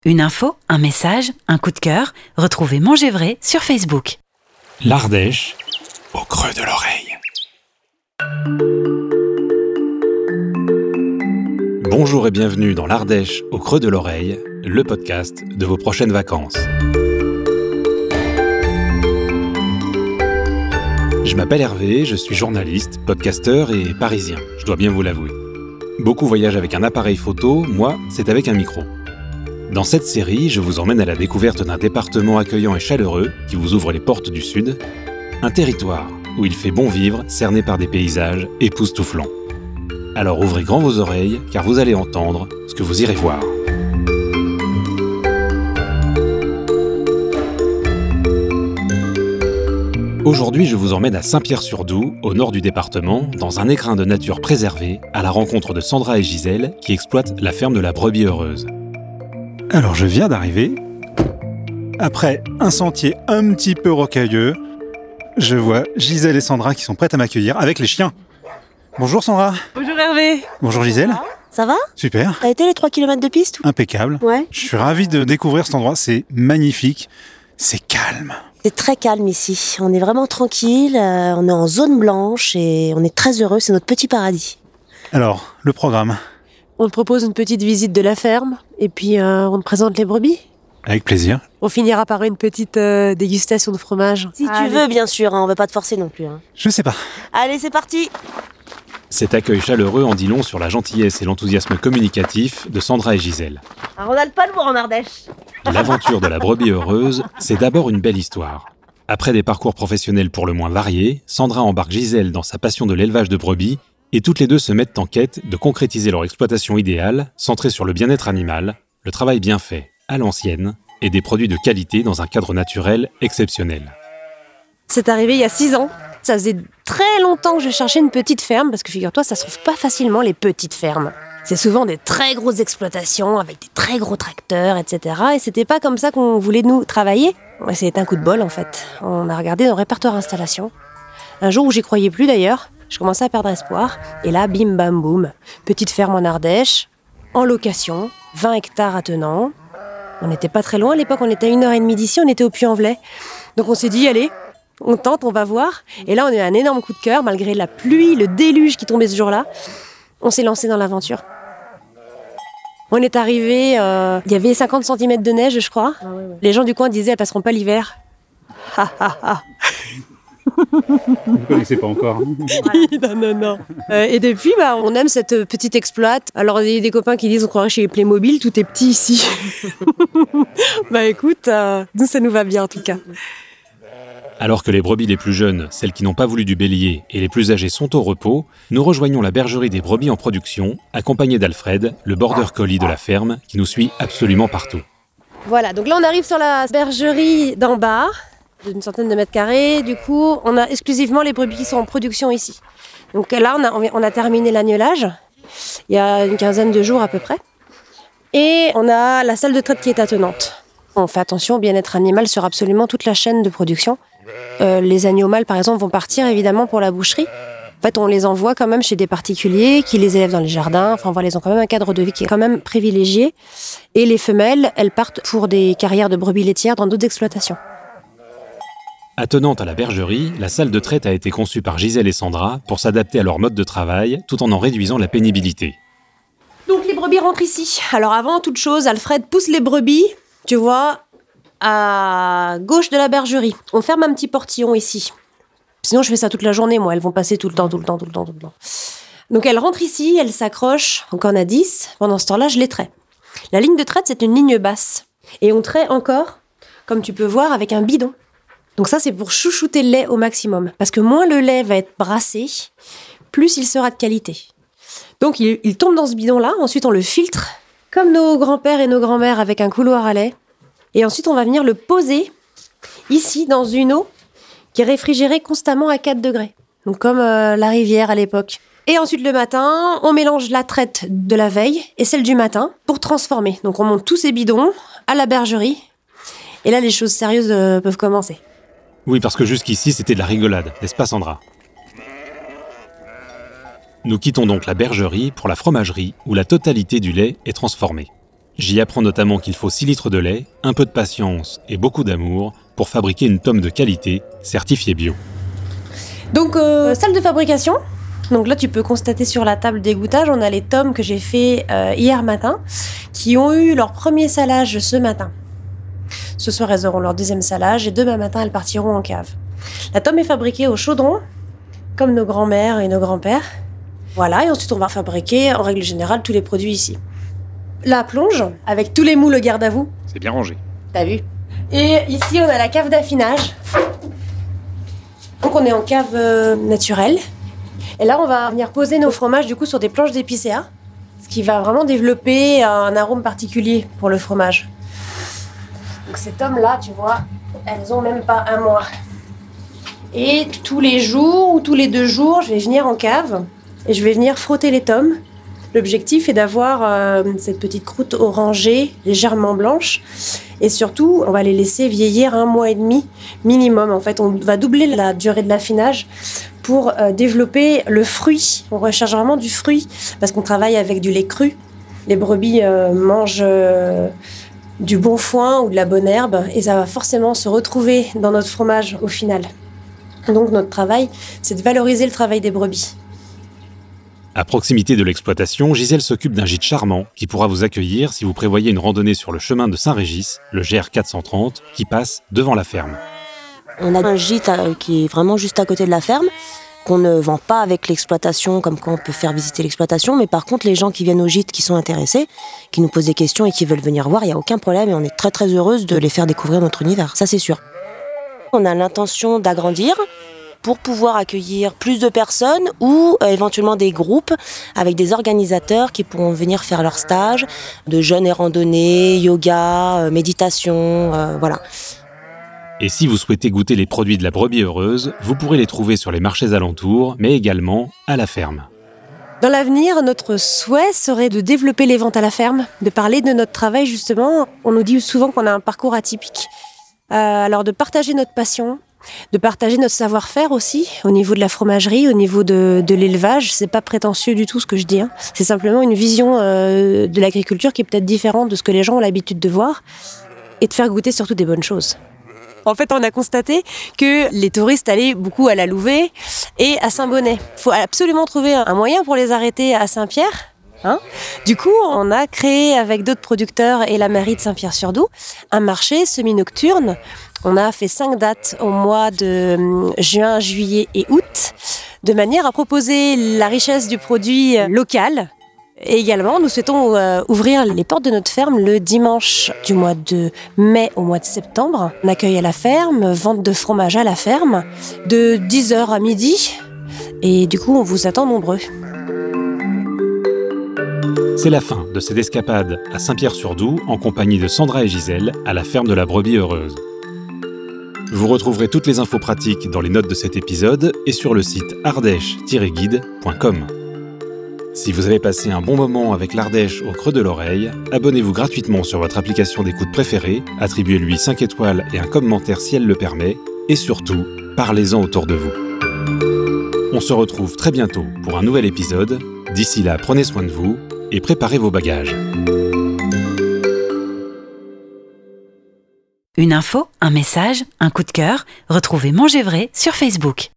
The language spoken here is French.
Une info, un message, un coup de cœur, retrouvez Manger Vrai sur Facebook. L'Ardèche, au creux de l'oreille. Bonjour et bienvenue dans l'Ardèche, au creux de l'oreille, le podcast de vos prochaines vacances. Je m'appelle Hervé, je suis journaliste, podcasteur et parisien, je dois bien vous l'avouer. Beaucoup voyagent avec un appareil photo, moi, c'est avec un micro. Dans cette série, je vous emmène à la découverte d'un département accueillant et chaleureux qui vous ouvre les portes du Sud, un territoire où il fait bon vivre, cerné par des paysages époustouflants. Alors ouvrez grand vos oreilles, car vous allez entendre ce que vous irez voir. Aujourd'hui, je vous emmène à Saint-Pierre-sur-Doubs, au nord du département, dans un écrin de nature préservé, à la rencontre de Sandra et Gisèle, qui exploitent la ferme de la Brebis Heureuse. Alors je viens d'arriver. Après un sentier un petit peu rocailleux, je vois Gisèle et Sandra qui sont prêtes à m'accueillir avec les chiens. Bonjour Sandra. Bonjour Hervé. Bonjour Gisèle. Ça va ? Super. T'as été les 3 km de piste ? Impeccable. Ouais. Je suis ravi de découvrir cet endroit, c'est magnifique, c'est calme. C'est très calme ici, on est vraiment tranquille, on est en zone blanche et on est très heureux, c'est notre petit paradis. Alors, le programme ? On te propose une petite visite de la ferme et puis on te présente les brebis. Avec plaisir. On finira par une petite dégustation de fromage. Si tu veux bien sûr, on va pas te forcer non plus. Je sais pas. Allez, c'est parti. Cet accueil chaleureux en dit long sur la gentillesse et l'enthousiasme communicatif de Sandra et Gisèle. Alors on a le palmour en Ardèche. L'aventure de la Brebis Heureuse, c'est d'abord une belle histoire. Après des parcours professionnels pour le moins variés, Sandra embarque Gisèle dans sa passion de l'élevage de brebis et toutes les deux se mettent en quête de concrétiser leur exploitation idéale, centrée sur le bien-être animal, le travail bien fait, à l'ancienne, et des produits de qualité dans un cadre naturel exceptionnel. C'est arrivé il y a 6 ans. Ça faisait très longtemps que je cherchais une petite ferme, parce que figure-toi, ça se trouve pas facilement les petites fermes. C'est souvent des très grosses exploitations avec des très gros tracteurs, etc. Et c'était pas comme ça qu'on voulait nous travailler. Ouais, c'était un coup de bol en fait. On a regardé nos répertoires installation. Un jour où j'y croyais plus d'ailleurs, je commençais à perdre espoir. Et là, bim bam boum, petite ferme en Ardèche, en location, 20 hectares attenants. On n'était pas très loin à l'époque, on était à 1h30 d'ici, on était au Puy-en-Velay. Donc on s'est dit, allez, on tente, on va voir. Et là, on a eu un énorme coup de cœur, malgré la pluie, le déluge qui tombait ce jour-là. On s'est lancé dans l'aventure. On est arrivé, il y avait 50 cm de neige, je crois. Ah ouais. Les gens du coin disaient, elles passeront pas l'hiver. Ha ha ha. Vous ne connaissez pas encore. Non. Et depuis, on aime cette petite exploite. Alors, il y a des copains qui disent, on croirait chez les Playmobil, tout est petit ici. Écoute, nous, ça nous va bien en tout cas. Alors que les brebis les plus jeunes, celles qui n'ont pas voulu du bélier, et les plus âgées sont au repos, nous rejoignons la bergerie des brebis en production, accompagnés d'Alfred, le border collie de la ferme, qui nous suit absolument partout. Voilà, donc là on arrive sur la bergerie d'en bas, d'une centaine de mètres carrés. Du coup, on a exclusivement les brebis qui sont en production ici. Donc là, on a terminé l'agnelage, il y a une quinzaine de jours à peu près. Et on a la salle de traite qui est attenante. On fait attention au bien-être animal sur absolument toute la chaîne de production. Les agneaux mâles, par exemple, vont partir évidemment pour la boucherie. En fait, on les envoie quand même chez des particuliers qui les élèvent dans les jardins. Enfin, voilà, ils ont quand même un cadre de vie qui est quand même privilégié. Et les femelles, elles partent pour des carrières de brebis laitières dans d'autres exploitations. Attenante à la bergerie, la salle de traite a été conçue par Gisèle et Sandra pour s'adapter à leur mode de travail, tout en réduisant la pénibilité. Donc les brebis rentrent ici. Alors avant toute chose, Alfred pousse les brebis, tu vois, à gauche de la bergerie. On ferme un petit portillon ici. Sinon, je fais ça toute la journée, moi. Elles vont passer tout le temps. Donc, elles rentrent ici, elles s'accrochent. Donc, on a 10. Pendant ce temps-là, je les traite. La ligne de traite, c'est une ligne basse. Et on traite encore, comme tu peux voir, avec un bidon. Donc ça, c'est pour chouchouter le lait au maximum. Parce que moins le lait va être brassé, plus il sera de qualité. Donc, il tombe dans ce bidon-là. Ensuite, on le filtre, comme nos grands-pères et nos grands-mères, avec un couloir à lait. Et ensuite, on va venir le poser ici, dans une eau qui est réfrigérée constamment à 4 degrés. Donc comme la rivière à l'époque. Et ensuite, le matin, on mélange la traite de la veille et celle du matin pour transformer. Donc on monte tous ces bidons à la bergerie. Et là, les choses sérieuses peuvent commencer. Oui, parce que jusqu'ici, c'était de la rigolade, n'est-ce pas Sandra ? Nous quittons donc la bergerie pour la fromagerie où la totalité du lait est transformée. J'y apprends notamment qu'il faut 6 litres de lait, un peu de patience et beaucoup d'amour pour fabriquer une tome de qualité certifiée bio. Donc, salle de fabrication. Donc là, tu peux constater sur la table d'égouttage, on a les tomes que j'ai fait hier matin, qui ont eu leur premier salage ce matin. Ce soir, elles auront leur deuxième salage et demain matin, elles partiront en cave. La tome est fabriquée au chaudron, comme nos grands-mères et nos grands-pères. Voilà, et ensuite, on va fabriquer, en règle générale, tous les produits ici. La plonge, avec tous les moules garde à vous. C'est bien rangé. T'as vu? Et ici, on a la cave d'affinage. Donc, on est en cave naturelle. Et là, on va venir poser nos fromages du coup sur des planches d'épicéa, ce qui va vraiment développer un arôme particulier pour le fromage. Donc ces tomes-là, tu vois, elles ont même pas un mois. Et tous les jours ou tous les 2 jours, je vais venir en cave et je vais venir frotter les tomes. L'objectif est d'avoir cette petite croûte orangée, légèrement blanche. Et surtout, on va les laisser vieillir 1 mois et demi minimum. En fait, on va doubler la durée de l'affinage pour développer le fruit. On recherche vraiment du fruit parce qu'on travaille avec du lait cru. Les brebis mangent du bon foin ou de la bonne herbe et ça va forcément se retrouver dans notre fromage au final. Donc notre travail, c'est de valoriser le travail des brebis. À proximité de l'exploitation, Gisèle s'occupe d'un gîte charmant qui pourra vous accueillir si vous prévoyez une randonnée sur le chemin de Saint-Régis, le GR 430, qui passe devant la ferme. On a un gîte qui est vraiment juste à côté de la ferme, qu'on ne vend pas avec l'exploitation, comme quand on peut faire visiter l'exploitation, mais par contre les gens qui viennent au gîte, qui sont intéressés, qui nous posent des questions et qui veulent venir voir, il n'y a aucun problème et on est très très heureuse de les faire découvrir notre univers, ça c'est sûr. On a l'intention d'agrandir pour pouvoir accueillir plus de personnes ou éventuellement des groupes avec des organisateurs qui pourront venir faire leur stage de jeûne et randonnée, yoga, méditation, voilà. Et si vous souhaitez goûter les produits de la brebis heureuse, vous pourrez les trouver sur les marchés alentours, mais également à la ferme. Dans l'avenir, notre souhait serait de développer les ventes à la ferme, de parler de notre travail justement. On nous dit souvent qu'on a un parcours atypique. Alors de partager notre passion, de partager notre savoir-faire aussi au niveau de la fromagerie, au niveau de l'élevage. C'est pas prétentieux du tout ce que je dis, hein. C'est simplement une vision de l'agriculture qui est peut-être différente de ce que les gens ont l'habitude de voir et de faire goûter surtout des bonnes choses. En fait, on a constaté que les touristes allaient beaucoup à la Louvet et à Saint-Bonnet. Il faut absolument trouver un moyen pour les arrêter à Saint-Pierre. Du coup, on a créé avec d'autres producteurs et la mairie de Saint-Pierre-sur-Doubs un marché semi-nocturne. On a fait 5 dates au mois de juin, juillet et août, de manière à proposer la richesse du produit local. Et également, nous souhaitons ouvrir les portes de notre ferme le dimanche du mois de mai au mois de septembre. On accueille à la ferme, vente de fromage à la ferme, de 10h à midi. Et du coup, on vous attend nombreux. C'est la fin de cette escapade à Saint-Pierre-sur-Doubs en compagnie de Sandra et Gisèle à la ferme de la brebis heureuse. Vous retrouverez toutes les infos pratiques dans les notes de cet épisode et sur le site ardèche-guide.com. Si vous avez passé un bon moment avec l'Ardèche au creux de l'oreille, abonnez-vous gratuitement sur votre application d'écoute préférée, attribuez-lui 5 étoiles et un commentaire si elle le permet, et surtout, parlez-en autour de vous. On se retrouve très bientôt pour un nouvel épisode. D'ici là, prenez soin de vous et préparez vos bagages. Une info, un message, un coup de cœur, retrouvez Manger Vrai sur Facebook.